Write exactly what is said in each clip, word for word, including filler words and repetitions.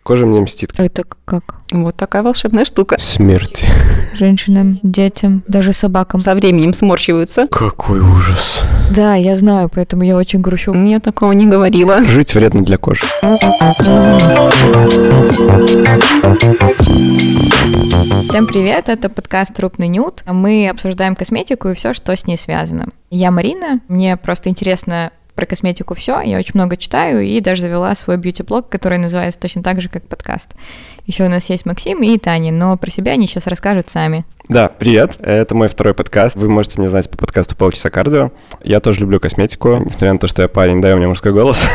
Кожа мне мстит. Это как? Вот такая волшебная штука. Смерть. Женщинам, детям, даже собакам. Со временем сморщиваются. Какой ужас. Да, я знаю, поэтому я очень грущу. Я такого не говорила. Жить вредно для кожи. Всем привет, это подкаст «Трупный нюд». Мы обсуждаем косметику и все, что с ней связано. Я Марина, мне просто интересно про косметику все, я очень много читаю и даже завела свой бьюти-блог, который называется точно так же, как подкаст. Еще у нас есть Максим и Таня, но про себя они сейчас расскажут сами. Да, привет, это мой второй подкаст. Вы можете меня знать по подкасту «Полчаса кардио». Я тоже люблю косметику, несмотря на то, что я парень, да, у меня мужской голос.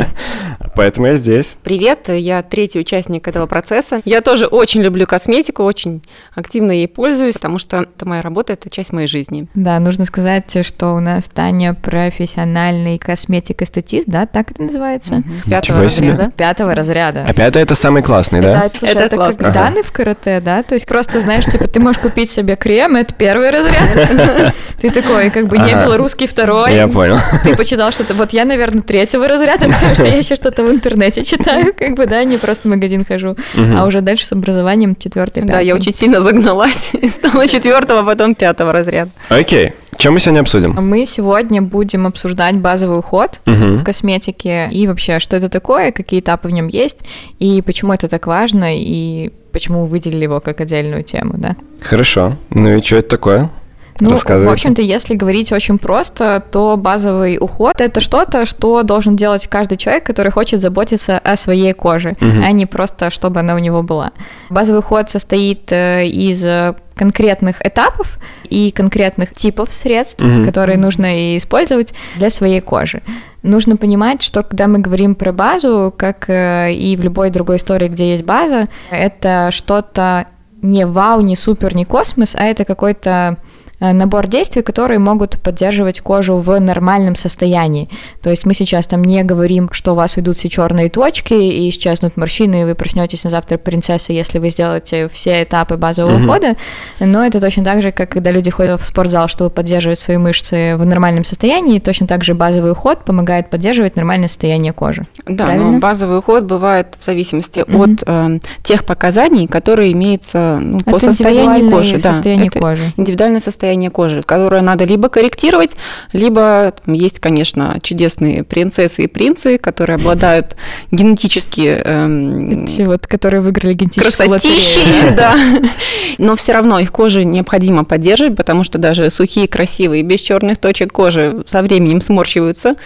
Поэтому я здесь. Привет, я третий участник этого процесса. Я тоже очень люблю косметику, очень активно ей пользуюсь, потому что это моя работа, это часть моей жизни. Да, нужно сказать, что у нас Таня профессиональный косметик-эстетист, да, так это называется? Угу. Пятого разряда. Пятого разряда. А пятый — это самый классный, да? Это, слушай, это, это классно. как Ага. данные в карате, да? То есть просто, знаешь, типа, ты можешь купить себе крем, это первый разряд. Ты такой, как бы, не Ага. белорусский второй. Я понял. Ты почитал что-то. Вот я, наверное, третьего разряда, потому что я еще что-то в интернете читаю, как бы, да, не просто в магазин хожу, Мгм. а уже дальше с образованием четвертый, пятый. Да, я очень сильно загналась и стала четвертого, потом пятого разряда. Окей, что мы сегодня обсудим? Мы сегодня будем обсуждать базовый уход Мгм. в косметике и вообще, что это такое, какие этапы в нем есть, и почему это так важно, и почему выделили его как отдельную тему, да? Хорошо. Ну и что это такое? Ну, в Рассказывайте. общем-то, если говорить очень просто, то базовый уход — это что-то, что должен делать каждый человек, который хочет заботиться о своей коже, Мгм. а не просто, чтобы она у него была. Базовый уход состоит э, из э, конкретных этапов и конкретных типов средств, Мгм. которые нужно использовать для своей кожи. Нужно понимать, что когда мы говорим про базу, как э, и в любой другой истории, где есть база, это что-то не вау, не супер, не космос, а это какой-то набор действий, которые могут поддерживать кожу в нормальном состоянии. То есть мы сейчас там не говорим, что у вас уйдут все черные точки и исчезнут морщины, и вы проснетесь на завтра принцессой, если вы сделаете все этапы базового Мгм. ухода, но это точно так же, как когда люди ходят в спортзал, чтобы поддерживать свои мышцы в нормальном состоянии, точно так же базовый уход помогает поддерживать нормальное состояние кожи. Да, Правильно? но базовый уход бывает в зависимости Мгм. от э, тех показаний, которые имеются ну, по Это состоянию индивидуальное кожи. Да, состояние это кожи. индивидуальное состояние кожи, которое надо либо корректировать, либо там есть, конечно, чудесные принцессы и принцы, которые обладают генетически эм, Те вот, которые выиграли генетическую красотищей, лотерею, да? да. Но все равно их кожу необходимо поддерживать, потому что даже сухие, красивые, без черных точек кожи со временем сморщиваются,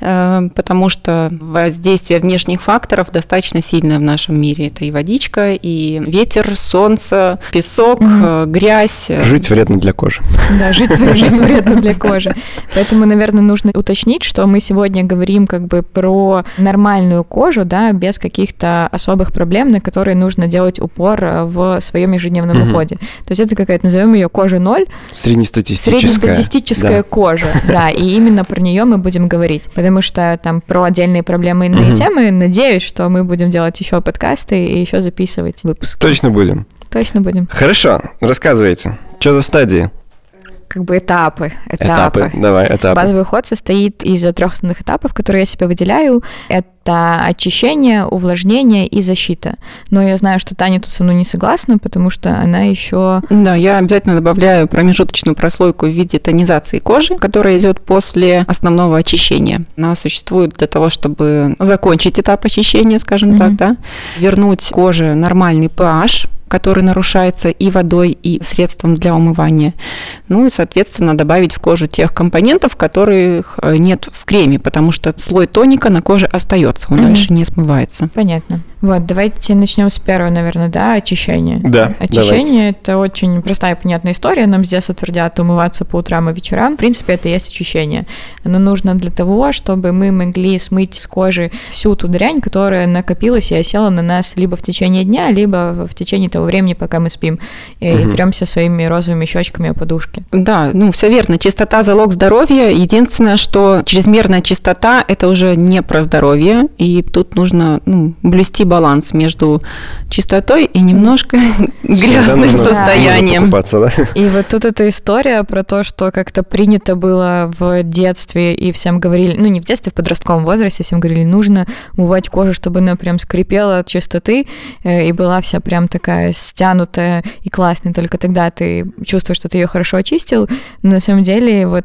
э, потому что воздействие внешних факторов достаточно сильное в нашем мире. Это и водичка, и ветер, солнце, песок, Мгм. э, грязь. Жить вредно для кожи. Да, жить, жить вредно для кожи. Поэтому, наверное, нужно уточнить, что мы сегодня говорим как бы про нормальную кожу, да, без каких-то особых проблем, на которые нужно делать упор в своем ежедневном Мгм. уходе. То есть это какая-то, назовем ее кожа ноль, Среднестатистическая. среднестатистическая Да. кожа, да, и именно про нее мы будем говорить, потому что там про отдельные проблемы и иные Мгм. темы, надеюсь, что мы будем делать еще подкасты и еще записывать выпуски. Точно будем. Точно будем. Хорошо, рассказывайте. Что за стадии? Как бы этапы. Этапы. Давай, этапы. Базовый уход состоит из трех основных этапов, которые я себе выделяю. Это очищение, увлажнение и защита. Но я знаю, что Таня тут со мной не согласна, потому что она еще... Да, я обязательно добавляю промежуточную прослойку в виде тонизации кожи, которая идет после основного очищения. Она существует для того, чтобы закончить этап очищения, скажем Мгм. так, да, вернуть коже нормальный pH, который нарушается и водой, и средством для умывания. Ну и, соответственно, добавить в кожу тех компонентов, которых нет в креме, потому что слой тоника на коже остается, он Мгм. дальше не смывается. Понятно. Вот, давайте начнем с первого, наверное, да, очищения. Да, Очищение – это очень простая и понятная история. Нам с детства твердят умываться по утрам и вечерам. В принципе, это и есть очищение. Оно нужно для того, чтобы мы могли смыть с кожи всю ту дрянь, которая накопилась и осела на нас либо в течение дня, либо в течение того того времени, пока мы спим, и, угу. и трёмся своими розовыми щечками о подушки. Да, ну все верно. Чистота – залог здоровья. Единственное, что чрезмерная чистота – это уже не про здоровье, и тут нужно ну, блюсти баланс между чистотой и немножко грязным состоянием. И вот тут эта история про то, что как-то принято было в детстве, и всем говорили, ну не в детстве, в подростковом возрасте, всем говорили, нужно умывать кожу, чтобы она прям скрипела от чистоты, и была вся прям такая стянутая и классная, только тогда ты чувствуешь, что ты ее хорошо очистил. Но на самом деле вот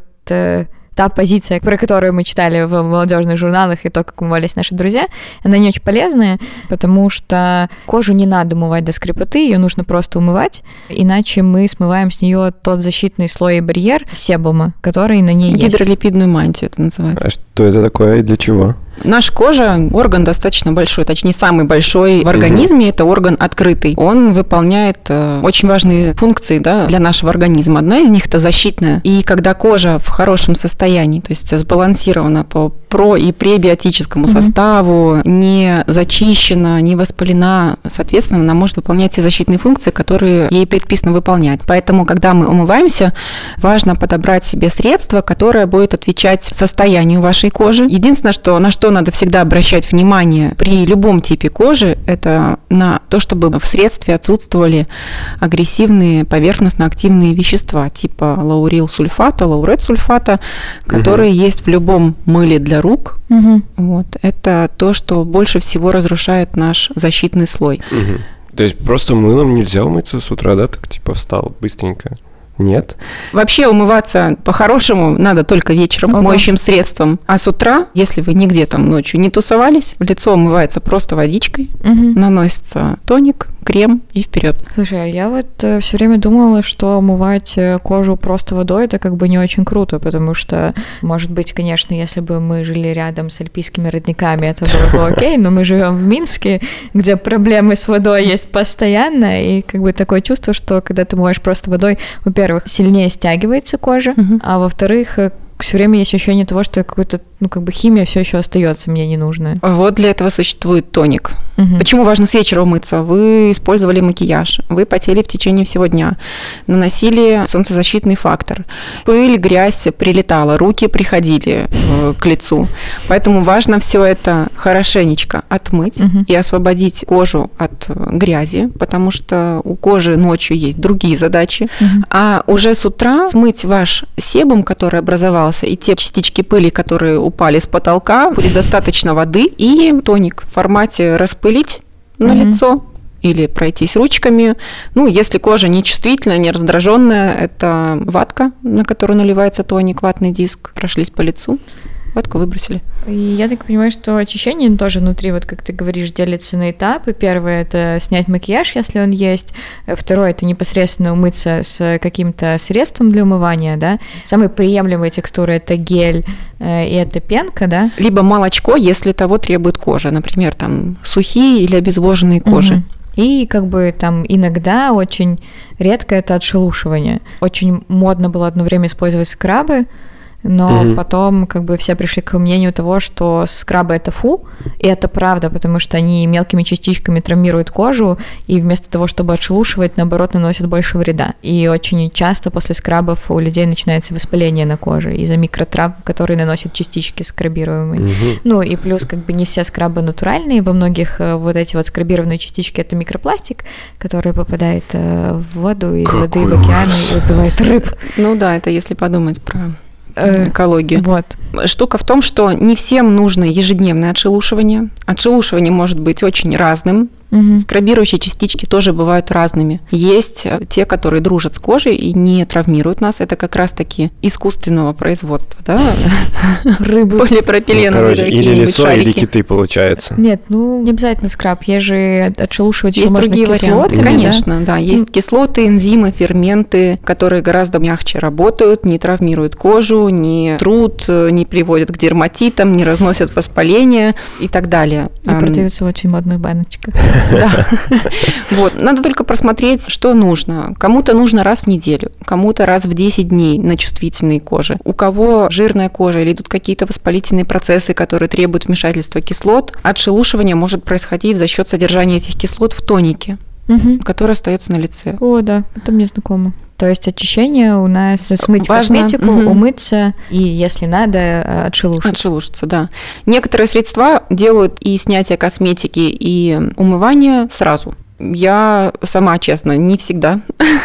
та позиция, про которую мы читали в молодежных журналах и то, как умывались наши друзья, она не очень полезная, потому что кожу не надо умывать до скрипоты, ее нужно просто умывать, иначе мы смываем с нее тот защитный слой и барьер себума, который на ней есть. Гидролипидную мантию это называется. А что это такое и для чего? Наша кожа – орган достаточно большой, точнее, самый большой в организме, mm-hmm. это орган открытый. Он выполняет э, очень важные функции да, для нашего организма. Одна из них – это защитная. И когда кожа в хорошем состоянии, то есть сбалансирована по про- и пребиотическому mm-hmm. составу, не зачищена, не воспалена, соответственно, она может выполнять все защитные функции, которые ей предписано выполнять. Поэтому, когда мы умываемся, важно подобрать себе средство, которое будет отвечать состоянию вашей кожи. Единственное, что на что надо всегда обращать внимание при любом типе кожи, это на то, чтобы в средстве отсутствовали агрессивные поверхностно-активные вещества типа лаурилсульфата, лауретсульфата, которые угу. есть в любом мыле для рук. Угу. Вот. Это то, что больше всего разрушает наш защитный слой. Угу. То есть просто мылом нельзя умыться с утра, да? Так типа встал быстренько. Нет. Вообще умываться по-хорошему надо только вечером ага. моющим средством. А с утра, если вы нигде там ночью не тусовались, лицо умывается просто водичкой, угу. наносится тоник, крем и вперед. Слушай, а я вот э, все время думала, что умывать кожу просто водой это как бы не очень круто, потому что, может быть, конечно, если бы мы жили рядом с альпийскими родниками, это было бы окей, но мы живем в Минске, где проблемы с водой есть постоянно, и как бы такое чувство, что когда ты умываешь просто водой, во-первых, сильнее стягивается кожа, угу. а во-вторых, все время есть ощущение того, что какой-то, ну, как бы химия все еще остается мне ненужная. Вот для этого существует тоник. Угу. Почему важно с вечера умыться? Вы использовали макияж, вы потели в течение всего дня, наносили солнцезащитный фактор, пыль, грязь прилетала, руки приходили э, к лицу. Поэтому важно все это хорошенечко отмыть угу. и освободить кожу от грязи, потому что у кожи ночью есть другие задачи. Угу. А уже с утра смыть ваш себум, который образовался, и те частички пыли, которые упали с потолка, будет достаточно воды и тоник в формате распылить на mm-hmm. лицо или пройтись ручками. Ну, если кожа не чувствительная, не раздраженная, это ватка, на которую наливается тоник, ватный диск, прошлись по лицу. Ватку выбросили. И я так понимаю, что очищение тоже внутри, вот как ты говоришь, делится на этапы. Первое – это снять макияж, если он есть. Второе – это непосредственно умыться с каким-то средством для умывания, да. Самые приемлемые текстуры – это гель э, и это пенка, да. Либо молочко, если того требует кожа. Например, там сухие или обезвоженные кожи. Угу. И как бы там иногда, очень редко, это отшелушивание. Очень модно было одно время использовать скрабы, но угу. потом как бы все пришли к мнению того, что скрабы – это фу, и это правда, потому что они мелкими частичками травмируют кожу, и вместо того, чтобы отшелушивать, наоборот, наносят больше вреда. И очень часто после скрабов у людей начинается воспаление на коже из-за микротравм, которые наносят частички скрабируемые. Угу. Ну и плюс как бы не все скрабы натуральные, во многих вот эти вот скрабированные частички – это микропластик, который попадает в воду, из Какой воды в океан и убивает рыб. Ну да, это если подумать про экологию. Вот. Штука в том, что не всем нужно ежедневное отшелушивание. Отшелушивание может быть очень разным. Угу. Скрабирующие частички тоже бывают разными. Есть те, которые дружат с кожей и не травмируют нас. Это как раз-таки искусственного производства, да? Рыбы. Полипропиленовые такие или лицо, или киты, получается. Нет, ну не обязательно скраб. Есть же отшелушивать еще можно другие кислоты. Конечно, да. Есть кислоты, энзимы, ферменты, которые гораздо мягче работают, не травмируют кожу, не трут, не приводят к дерматитам, не разносят воспаление и так далее. И продаются в очень модных баночках. Да. Вот. Надо только просмотреть, что нужно. Кому-то нужно раз в неделю, кому-то раз в десять дней на чувствительной коже. У кого жирная кожа или идут какие-то воспалительные процессы, которые требуют вмешательства кислот, отшелушивание может происходить за счет содержания этих кислот в тонике. угу. которая остается на лице. О, да, это мне знакомо. То есть очищение у нас смыть важно. Косметику, угу. умыться и, если надо, отшелушиться. Отшелушиться, да. Некоторые средства делают и снятие косметики, и умывание сразу. Я сама, честно, не всегда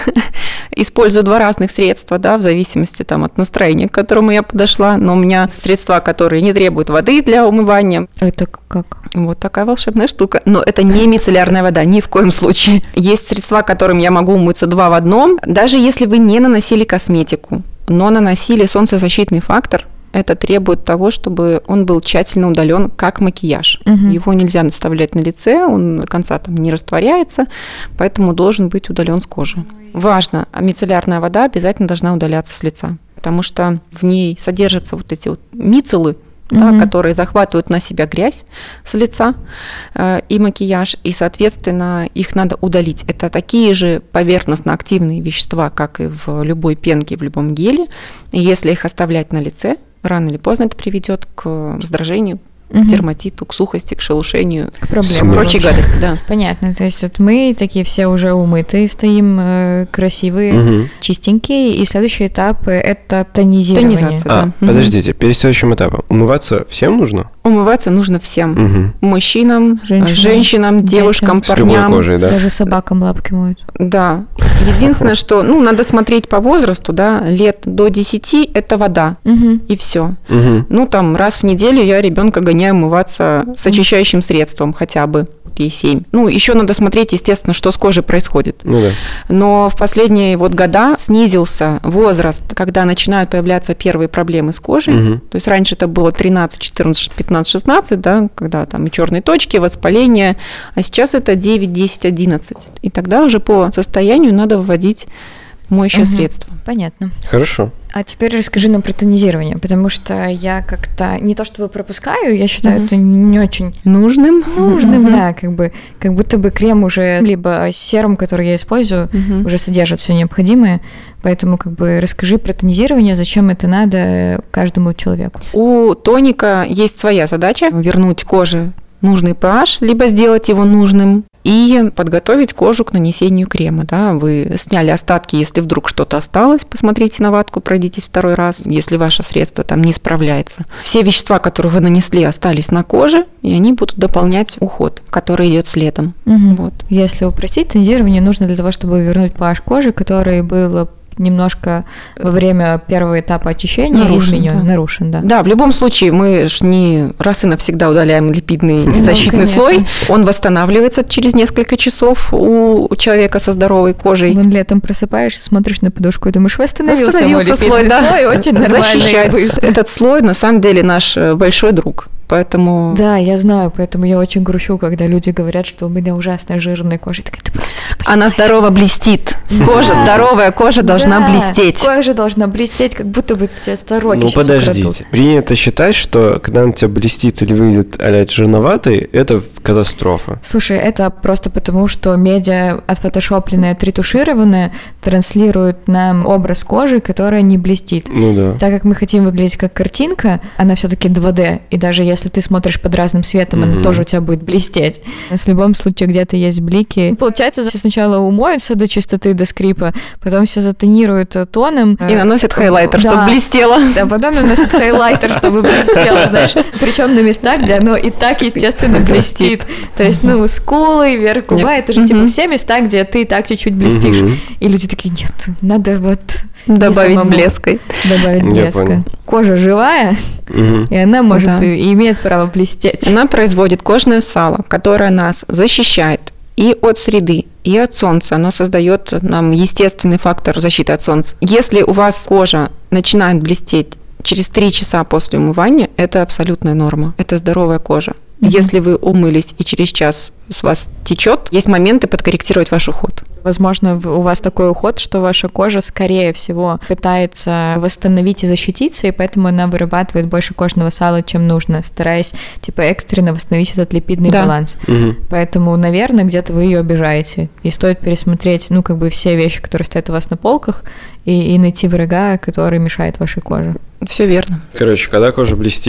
использую два разных средства, да, в зависимости там, от настроения, к которому я подошла. Но у меня средства, которые не требуют воды для умывания. Это как? Вот такая волшебная штука. Но это не мицеллярная вода, ни в коем случае. Есть средства, которым я могу умыться два в одном. Даже если вы не наносили косметику, но наносили солнцезащитный фактор, это требует того, чтобы он был тщательно удален, как макияж. Угу. Его нельзя наставлять на лице, он до конца там не растворяется, поэтому должен быть удален с кожи. Важно, мицеллярная вода обязательно должна удаляться с лица, потому что в ней содержатся вот эти вот мицеллы, угу. да, которые захватывают на себя грязь с лица э, и макияж, и, соответственно, их надо удалить. Это такие же поверхностно-активные вещества, как и в любой пенке, в любом геле. И если их оставлять на лице, рано или поздно это приведет к раздражению, угу. к дерматиту, к сухости, к шелушению, к проблемам, прочей гадости. Да. Понятно. То есть вот мы такие все уже умытые стоим, э, красивые, угу. чистенькие, и следующий этап – это тонизирование. Тонизация, а, да. Подождите, перед следующим этапом умываться всем нужно? Умываться нужно всем. Угу. Мужчинам, женщинам, женщинам девушкам, детям. парням. С любой кожей, да? Даже собакам лапки моют. Да. Единственное, что, ну, надо смотреть по возрасту, да, лет до десяти – это вода, угу. и все. Угу. Ну, там, раз в неделю я ребенка гоняю умываться с очищающим средством хотя бы, ей семь. Ну, еще надо смотреть, естественно, что с кожей происходит. Ну, да. Но в последние вот года снизился возраст, когда начинают появляться первые проблемы с кожей. Угу. То есть раньше это было тринадцать, четырнадцать, пятнадцать, шестнадцать, да, когда там и черные точки, воспаление, а сейчас это девять, десять, одиннадцать. И тогда уже по состоянию надо вводить моющее угу. средство. Понятно. Хорошо. А теперь расскажи нам про тонизирование, потому что я как-то не то чтобы пропускаю, я считаю, mm-hmm. это не очень нужным, нужным, mm-hmm. да, как бы, как будто бы крем уже, либо серум, который я использую, mm-hmm. уже содержит все необходимое, поэтому как бы расскажи про тонизирование, зачем это надо каждому человеку. У тоника есть своя задача – вернуть коже нужный pH, либо сделать его нужным, и подготовить кожу к нанесению крема. Да. Вы сняли остатки, если вдруг что-то осталось, посмотрите на ватку, пройдитесь второй раз, если ваше средство там не справляется. Все вещества, которые вы нанесли, остались на коже, и они будут дополнять уход, который идет следом. Угу. Вот. Если упростить, тонизирование нужно для того, чтобы вернуть pH кожи, который был немножко во время первого этапа очищения нарушен, изменен, да. нарушен, да. Да, в любом случае мы ж не раз и навсегда удаляем липидный ну, защитный конечно. слой, он восстанавливается через несколько часов у человека со здоровой кожей. Вон летом просыпаешься, смотришь на подушку и думаешь, восстановился, восстановился мой липидный слой, да. слой, очень нормально. Защищает. Этот слой на самом деле наш большой друг. Поэтому... Да, я знаю, поэтому я очень грущу, когда люди говорят, что у меня ужасно жирная кожа. Так это просто она здорово блестит. Кожа, да. здоровая кожа должна да, блестеть. Кожа должна блестеть, как будто бы тебя стороги Ну, сейчас подождите. украдут. Принято считать, что когда он у тебя блестит или выйдет а-ля жирноватый, это катастрофа. Слушай, это просто потому, что медиа отфотошопленная, отретушированная транслирует нам образ кожи, которая не блестит. Ну да. Так как мы хотим выглядеть как картинка, она все-таки два дэ, и даже если Если ты смотришь под разным светом, mm-hmm. она тоже у тебя будет блестеть. В любом случае где-то есть блики. Получается, сначала умоются до чистоты, до скрипа, потом все затонируют тоном. И наносят хайлайтер, да. чтобы блестело. Да, потом наносят хайлайтер, чтобы блестело, знаешь. Причем на местах, где оно и так, естественно, блестит. То есть, ну, скулы, вверх губа, это же типа все места, где ты и так чуть-чуть блестишь. И люди такие, нет, надо вот... Добавить блеска. Добавить блеска. Кожа живая, угу. и она может да. и имеет право блестеть. Она производит кожное сало, которое нас защищает и от среды, и от солнца. Оно создает нам естественный фактор защиты от солнца. Если у вас кожа начинает блестеть через три часа после умывания, это абсолютная норма. Это здоровая кожа. Угу. Если вы умылись и через час с вас течет, есть моменты подкорректировать ваш уход. Возможно, у вас такой уход, что ваша кожа, скорее всего, пытается восстановить и защититься, и поэтому она вырабатывает больше кожного сала, чем нужно, стараясь, типа, экстренно восстановить этот липидный да. баланс. Угу. Поэтому, наверное, где-то вы ее обижаете. И стоит пересмотреть, ну, как бы все вещи, которые стоят у вас на полках, и, и найти врага, который мешает вашей коже. Все верно. Короче, когда кожа блестит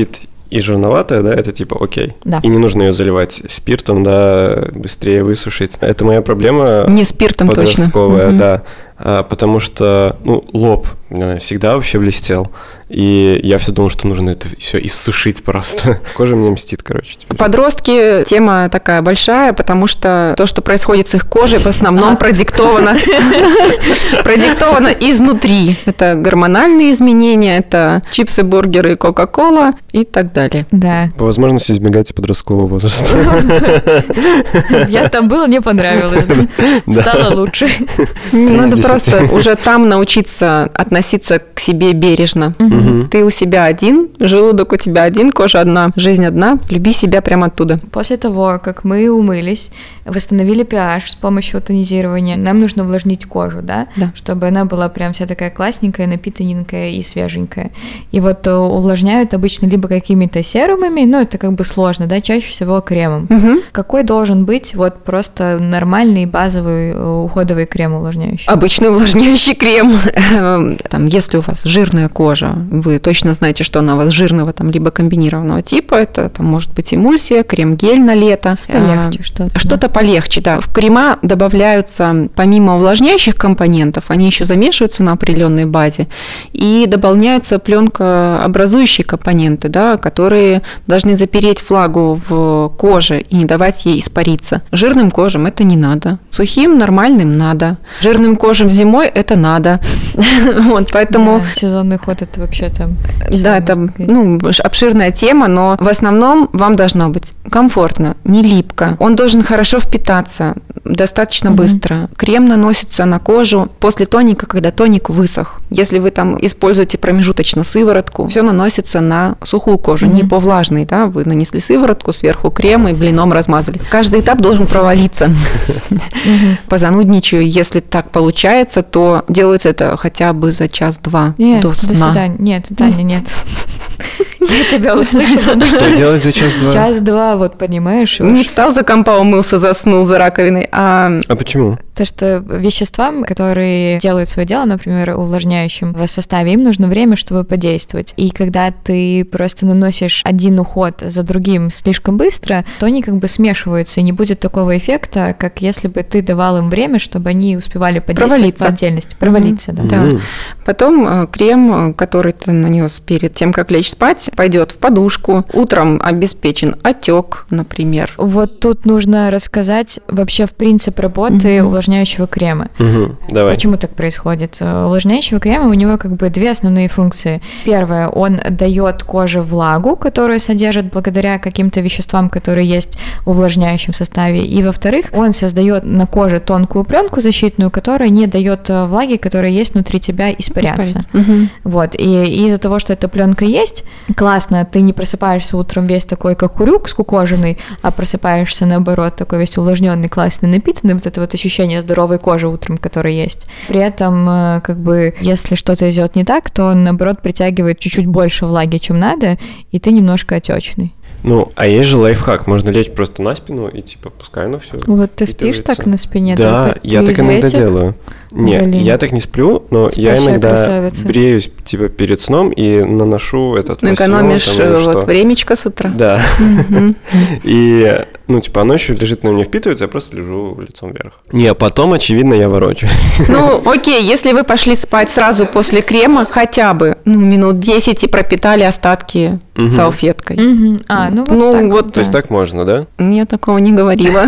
и жирноватая, да, это типа окей. Да. И не нужно ее заливать спиртом, да, быстрее высушить. Это моя проблема. Не спиртом подростковая, точно. да. А, потому что, ну, лоб всегда вообще блестел. И я все думал, что нужно это все иссушить просто. Кожа мне мстит, короче. Теперь. Подростки – тема такая большая, потому что то, что происходит с их кожей, в основном продиктовано продиктовано изнутри. Это гормональные изменения, это чипсы, бургеры, кока-кола и так далее. Да. По возможности избегайте подросткового возраста. Я там была, мне понравилось. Стало лучше. Надо просто уже там научиться относиться к себе бережно. Ты у себя один, желудок у тебя один, кожа одна, жизнь одна. Люби себя прямо оттуда. После того, как мы умылись, восстановили pH с помощью тонизирования, нам нужно увлажнить кожу, да? Да. Чтобы она была прям вся такая классненькая, напитанненькая и свеженькая. И вот увлажняют обычно либо какими-то серумами, но это как бы сложно, да, чаще всего кремом. Угу. Какой должен быть вот просто нормальный базовый уходовый крем увлажняющий? Обычный увлажняющий крем. Там, если у вас жирная кожа, вы точно знаете, что она у вас жирного там, либо комбинированного типа, это там, может быть эмульсия, крем-гель на лето. Полегче что-то. Что-то да. полегче, да. В крема добавляются, помимо увлажняющих компонентов, они еще замешиваются на определенной базе, и дополняются пленкообразующие компоненты, да, которые должны запереть влагу в коже и не давать ей испариться. Жирным кожам это не надо. Сухим, нормальным надо. Жирным кожам зимой это надо. Вот, поэтому... Сезонный ход это вообще там... Да, это ну, обширная тема, но в основном вам должно быть комфортно, не липко. Он должен хорошо впитаться достаточно mm-hmm. быстро. Крем наносится на кожу после тоника, когда тоник высох. Если вы там используете промежуточно сыворотку, все наносится на сухую кожу, mm-hmm. не по влажной, да, вы нанесли сыворотку, сверху крем и блином размазали. Каждый этап должен провалиться. Mm-hmm. Позанудничаю, если так получается, то делается это хотя бы за час-два нет, до сна. До свидания. Нет, Таня, нет. Я тебя услышала. Что делать за час-два? Час-два, вот понимаешь. Не встал за компа, умылся, заснул за раковиной. А, а почему? То, что веществам, которые делают свое дело, например, увлажняющим в составе, им нужно время, чтобы подействовать. И когда ты просто наносишь один уход за другим слишком быстро, то они как бы смешиваются, и не будет такого эффекта, как если бы ты давал им время, чтобы они успевали подействовать провалиться. по отдельности. Провалиться, mm-hmm. да. да. Mm-hmm. Потом крем, который ты нанес перед тем, как лечь спать, пойдет в подушку. Утром обеспечен отек, например. Вот тут нужно рассказать вообще в принцип работы mm-hmm. увлажняющего крема. Mm-hmm. Давай. Почему так происходит? У увлажняющего крема у него как бы две основные функции. Первое, он дает коже влагу, которую содержит благодаря каким-то веществам, которые есть в увлажняющем составе. И во-вторых, он создает на коже тонкую пленку защитную, которая не дает влаги, которая есть внутри тебя, испаряться. Mm-hmm. Вот. И, и из-за того, что эта пленка есть, классно, ты не просыпаешься утром весь такой, как урюк, скукоженный, а просыпаешься, наоборот, такой весь увлажненный, классный, напитанный, вот это вот ощущение здоровой кожи утром, которое есть. При этом, как бы, если что-то идет не так, то он, наоборот, притягивает чуть-чуть больше влаги, чем надо, и ты немножко отечный. Ну, а есть же лайфхак, можно лечь просто на спину и типа пускай оно все. Вот ты спишь так на спине? Да, ты, я ты так иногда этих? делаю. Нет, Блин. я так не сплю, но Спящая я иногда красавица. бреюсь типа перед сном и наношу этот ну, экономишь лосьон, там, вот что. времечко с утра. Да. И, ну, типа, оно еще лежит, на мне впитывается, я просто лежу лицом вверх. Не, а потом, очевидно, я ворочаюсь. Ну, окей, если вы пошли спать сразу после крема, хотя бы, ну, минут десять и пропитали остатки Мгм. салфеткой. Мгм. А, ну вот Ну, так. вот, То есть так можно, да? Я такого не говорила.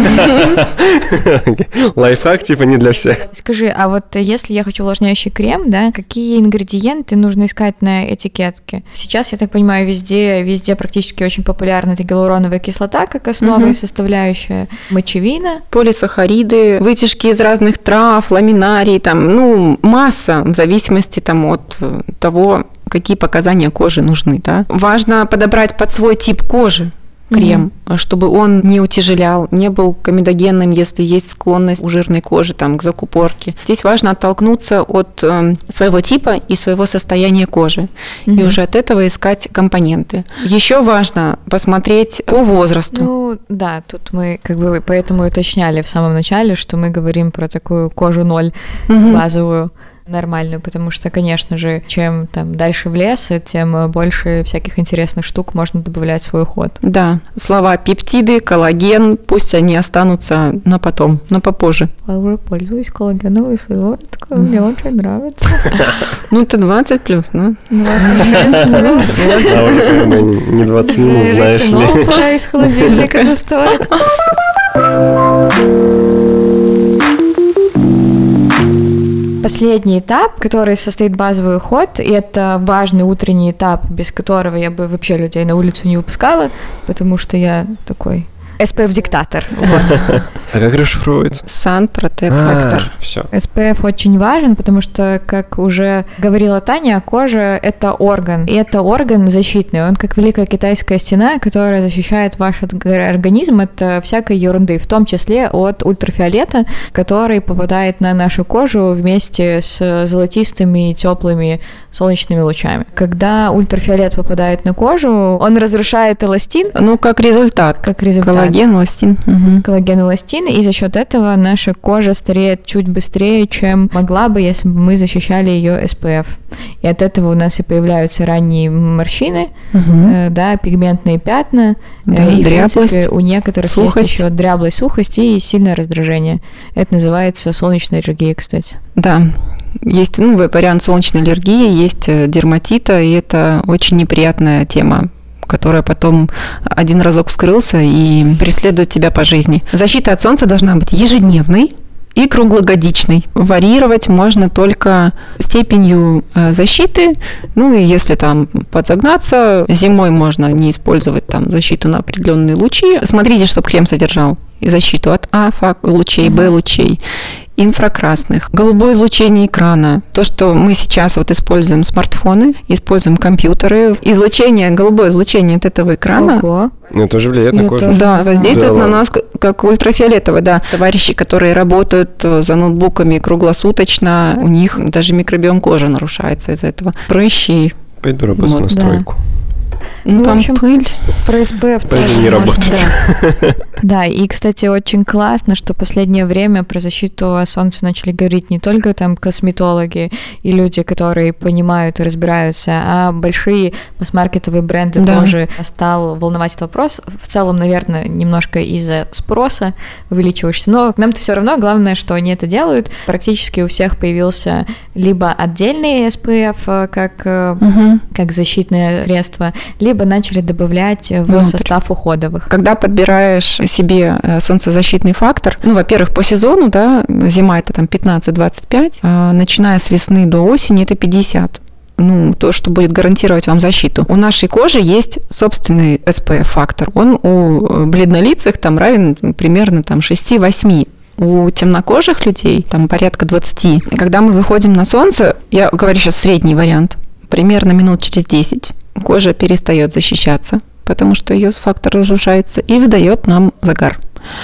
Лайфхак, типа, не для всех. Скажи, а вот если я хочу увлажняющий крем, да, какие ингредиенты нужно искать на этикетке? Сейчас, я так понимаю, везде, везде практически очень популярна эта гиалуроновая кислота как основа Мгм. и составляющая, мочевина. Полисахариды, вытяжки из разных трав, ламинарий, там, ну, масса, в зависимости там от того, какие показания кожи нужны, да. Важно подобрать под свой тип кожи крем, mm-hmm. чтобы он не утяжелял, не был комедогенным, если есть склонность у жирной кожи там, к закупорке. Здесь важно оттолкнуться от э, своего типа и своего состояния кожи, mm-hmm. и уже от этого искать компоненты. Еще важно посмотреть по возрасту. Ну, да, тут мы как бы поэтому уточняли в самом начале, что мы говорим про такую кожу ноль mm-hmm. базовую. нормальную, потому что, конечно же, чем там дальше в лес, тем больше всяких интересных штук можно добавлять в свой уход. Да, слова пептиды, коллаген, пусть они останутся на потом, на попозже. Я уже пользуюсь коллагеновой сывороткой, мне очень нравится. Ну, ты двадцать плюс, ну. двадцать плюс. А уже как бы не двадцать минус, знаешь ли. Пора из холодильника доставать. Последний этап, который состоит базовый уход, и это важный утренний этап, без которого я бы вообще людей на улицу не выпускала, потому что я такой эс пи эф-диктатор. Вот. А как расшифровывается? Sun Protect Factor. Все. эс пи эф очень важен, потому что, как уже говорила Таня, кожа – это орган, и это орган защитный. Он как великая китайская стена, которая защищает ваш организм от всякой ерунды, в том числе от ультрафиолета, который попадает на нашу кожу вместе с золотистыми теплыми солнечными лучами. Когда ультрафиолет попадает на кожу, он разрушает эластин. Ну, как результат. Как результат. Коллаген, эластин. Угу. Коллаген, эластин, и за счет этого наша кожа стареет чуть быстрее, чем могла бы, если бы мы защищали ее эс пи эф. И от этого у нас и появляются ранние морщины, угу. э, да, пигментные пятна, да, э, и, дряблость, в принципе, у некоторых сухость. есть еще дряблость, сухость и сильное раздражение. Это называется солнечная аллергия, кстати. Да. Есть, ну, вариант солнечной аллергии, есть дерматита, и это очень неприятная тема, которая потом один разок вскрылся и преследует тебя по жизни. Защита от солнца должна быть ежедневной и круглогодичной. Варьировать можно только степенью защиты. Ну и если там подзагнаться, зимой можно не использовать там защиту на определенные лучи. Смотрите, чтобы крем содержал и защиту от А-лучей, Б-лучей, инфракрасных, голубое излучение экрана. То, что мы сейчас вот используем смартфоны, используем компьютеры. Излучение, голубое излучение от этого экрана. Ого. Ну, это тоже влияет на кожу. Да, воздействует Да, на ладно. нас как ультрафиолетовое, да. Товарищи, которые работают за ноутбуками круглосуточно, у них даже микробиом кожи нарушается из-за этого. Прыщи. Пойду работать Вот, на да. стройку. Ну, Ну, в там общем, пыль. Про эс пи эф Пойду тоже не можно, работать. да. Да, и, кстати, очень классно, что в последнее время про защиту от солнца начали говорить не только там косметологи и люди, которые понимают и разбираются, а большие масс-маркетовые бренды Да. тоже стал волновать этот вопрос. В целом, наверное, немножко из-за спроса увеличиваешься, но нам-то все равно, главное, что они это делают. Практически у всех появился либо отдельный эс пи эф как, Угу. как защитное средство, либо начали добавлять в Внутрь. состав уходовых. Когда подбираешь себе э, солнцезащитный фактор, ну, во-первых, по сезону, да, зима это там пятнадцать-двадцать пять, а начиная с весны до осени это пятьдесят. Ну, то, что будет гарантировать вам защиту. У нашей кожи есть собственный эс пи эф-фактор. Он у бледнолицых там равен примерно там шесть-восемь. У темнокожих людей там порядка двадцать. Когда мы выходим на солнце, я говорю сейчас средний вариант, примерно минут через десять кожа перестает защищаться, потому что ее фактор разрушается и выдает нам загар.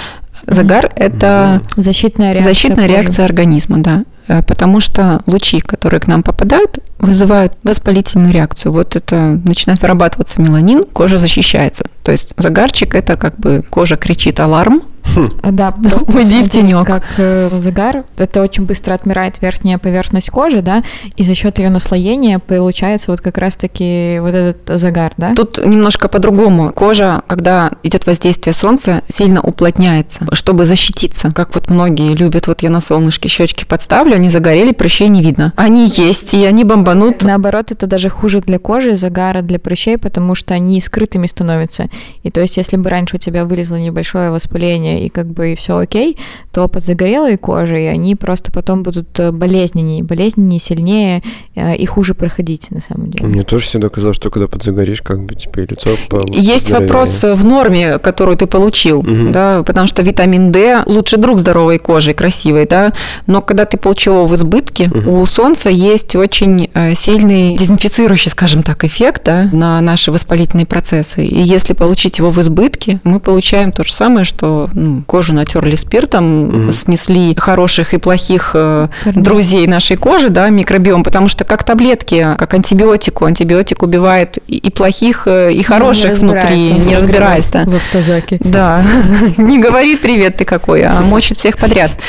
Загар mm-hmm. – это защитная реакция, защитная кожи. реакция организма, да, потому что лучи, которые к нам попадают, вызывают воспалительную реакцию. Вот это начинает вырабатываться меланин, кожа защищается. То есть загарчик – это как бы кожа кричит «аларм», Да, просто уйди в смотри, тенек. как э, загар, это очень быстро отмирает верхняя поверхность кожи, да, и за счет ее наслоения получается вот как раз-таки вот этот загар, да? Тут немножко по-другому. Кожа, когда идет воздействие солнца, сильно уплотняется, чтобы защититься. Как вот многие любят, вот я на солнышке щечки подставлю, они загорели, прыщей не видно. Они есть, и они бомбанут. Наоборот, это даже хуже для кожи, загара для прыщей, потому что они скрытыми становятся. И то есть, если бы раньше у тебя вылезло небольшое воспаление, и как бы все окей, то под загорелой кожей они просто потом будут болезненнее, болезненнее, сильнее и хуже проходить, на самом деле. Мне тоже всегда казалось, что когда подзагоришь, как бы типа и лицо по Есть вопрос в норме, которую ты получил, угу. да, потому что витамин D лучший друг здоровой кожи, красивой, да, но когда ты получил его в избытке, угу. у солнца есть очень сильный дезинфицирующий, скажем так, эффект, да, на наши воспалительные процессы, и если получить его в избытке, мы получаем то же самое, что ну, кожу натерли спиртом, угу. снесли хороших и плохих э, друзей нашей кожи, да, микробиом, потому что как таблетки, как антибиотику, антибиотик убивает и, и плохих, и хороших не внутри, не разбираясь, да. В автозаке. Да, не говорит «привет, ты какой», а мочит всех подряд.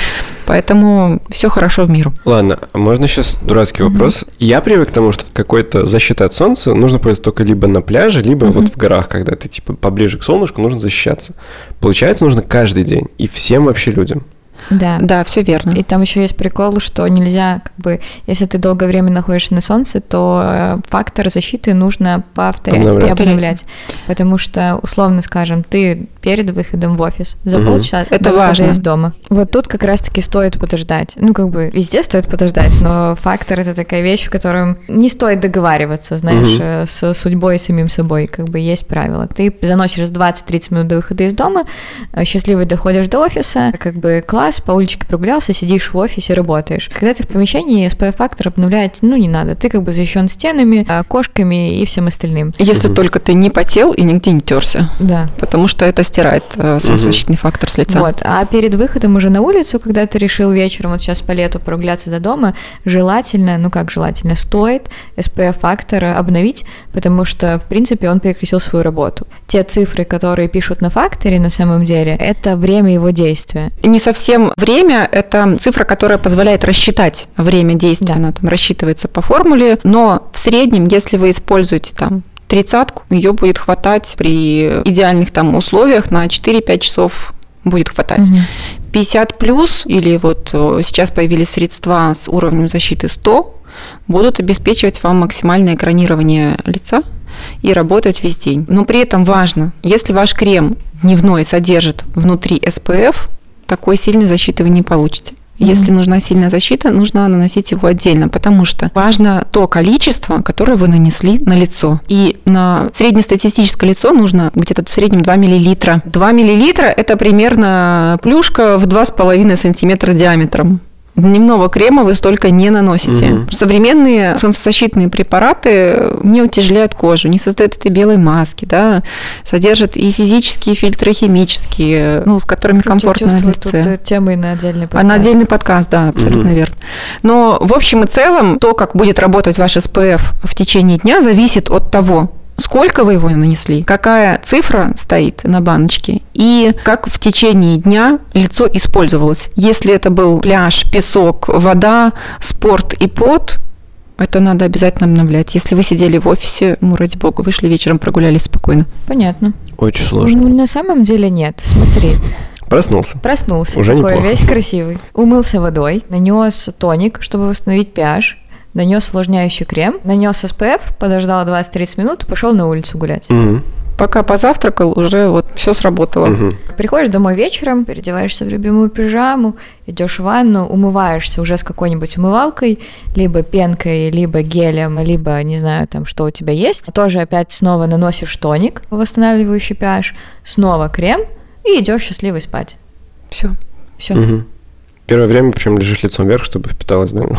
Поэтому все хорошо в миру. Ладно, можно сейчас дурацкий mm-hmm. вопрос? Я привык к тому, что какой-то защитой от солнца нужно пользоваться только либо на пляже, либо mm-hmm. вот в горах, когда ты типа поближе к солнышку, нужно защищаться. Получается, нужно каждый день и всем вообще людям. Да. Да, все верно. И там еще есть прикол, что нельзя, как бы, если ты долгое время находишься на солнце, то фактор защиты нужно повторять обновлять. и обновлять. Потому что, условно скажем, ты перед выходом в офис за угу. полчаса Это до выхода важно. из дома. Вот тут как раз-таки стоит подождать. Ну, как бы, везде стоит подождать, но фактор — это такая вещь, в которой не стоит договариваться, знаешь, угу. с судьбой и самим собой. Как бы есть правила. Ты заносишь двадцать-тридцать минут до выхода из дома, счастливый доходишь до офиса, как бы класс, по уличке прогулялся, сидишь в офисе, работаешь. Когда ты в помещении, эс пи эф-фактор обновлять, ну, не надо. Ты как бы защищен стенами, окошками и всем остальным. Если угу. только ты не потел и нигде не терся. Да. Потому что это стирает солнцезащитный угу. фактор с лица. Вот. А перед выходом уже на улицу, когда ты решил вечером, вот сейчас по лету прогуляться до дома, желательно, ну как желательно, стоит эс пи эф-фактор обновить, потому что, в принципе, он прекратил свою работу. Те цифры, которые пишут на факторе, на самом деле, это время его действия. Не совсем время – это цифра, которая позволяет рассчитать время действия. Да. Она там рассчитывается по формуле, но в среднем, если вы используете там тридцатку, ее будет хватать при идеальных там условиях на четыре-пять часов будет хватать. Угу. пятьдесят плюс или вот сейчас появились средства с уровнем защиты сто, будут обеспечивать вам максимальное экранирование лица и работать весь день. Но при этом важно, если ваш крем дневной содержит внутри эс пи эф, такой сильной защиты вы не получите. Если mm-hmm. нужна сильная защита, нужно наносить его отдельно, потому что важно то количество, которое вы нанесли на лицо. И на среднестатистическое лицо нужно где-то в среднем два миллилитра. два миллилитра – это примерно плюшка в два с половиной сантиметра диаметром. Дневного крема вы столько не наносите. Угу. Современные солнцезащитные препараты не утяжеляют кожу, не создают этой белой маски, да, содержат и физические фильтры, химические, ну, с которыми комфортно на лице. Тут темы на отдельный подкаст. А на отдельный подкаст, да, абсолютно угу. верно. Но в общем и целом то, как будет работать ваш эс пи эф в течение дня, зависит от того, сколько вы его нанесли, какая цифра стоит на баночке и как в течение дня лицо использовалось. Если это был пляж, песок, вода, спорт и пот, это надо обязательно обновлять. Если вы сидели в офисе, ну, ради бога, вышли вечером, прогулялись спокойно. Понятно. Очень сложно. Ну, на самом деле нет. Смотри. Проснулся. Проснулся. Уже такой неплохо. Весь красивый. Умылся водой, нанес тоник, чтобы восстановить pH. Нанес увлажняющий крем, нанес эс пи эф, подождал двадцать-тридцать минут, пошел на улицу гулять. Угу. Пока позавтракал, уже вот все сработало. Угу. Приходишь домой вечером, переодеваешься в любимую пижаму, идешь в ванну, умываешься уже с какой-нибудь умывалкой, либо пенкой, либо гелем, либо, не знаю, там, что у тебя есть. Тоже опять снова наносишь тоник, восстанавливающий pH, снова крем и идешь счастливый спать. Все. Все. Угу. Первое время, причем лежишь лицом вверх, чтобы впиталось, да?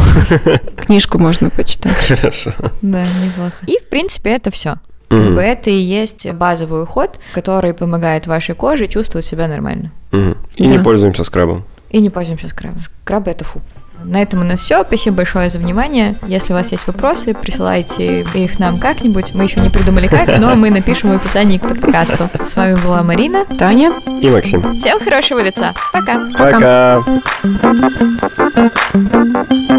Книжку можно почитать. Хорошо. Да, неплохо. И, в принципе, это все. Как mm-hmm. бы это и есть базовый уход, который помогает вашей коже чувствовать себя нормально. Mm-hmm. И да. не пользуемся скрабом. И не пользуемся скрабом. Скраб – это фу. На этом у нас все. Спасибо большое за внимание. Если у вас есть вопросы, присылайте их нам как-нибудь. Мы еще не придумали как, но мы напишем в описании к подкасту. С вами была Марина, Таня и Максим. Всем хорошего лица. Пока. Пока. Пока.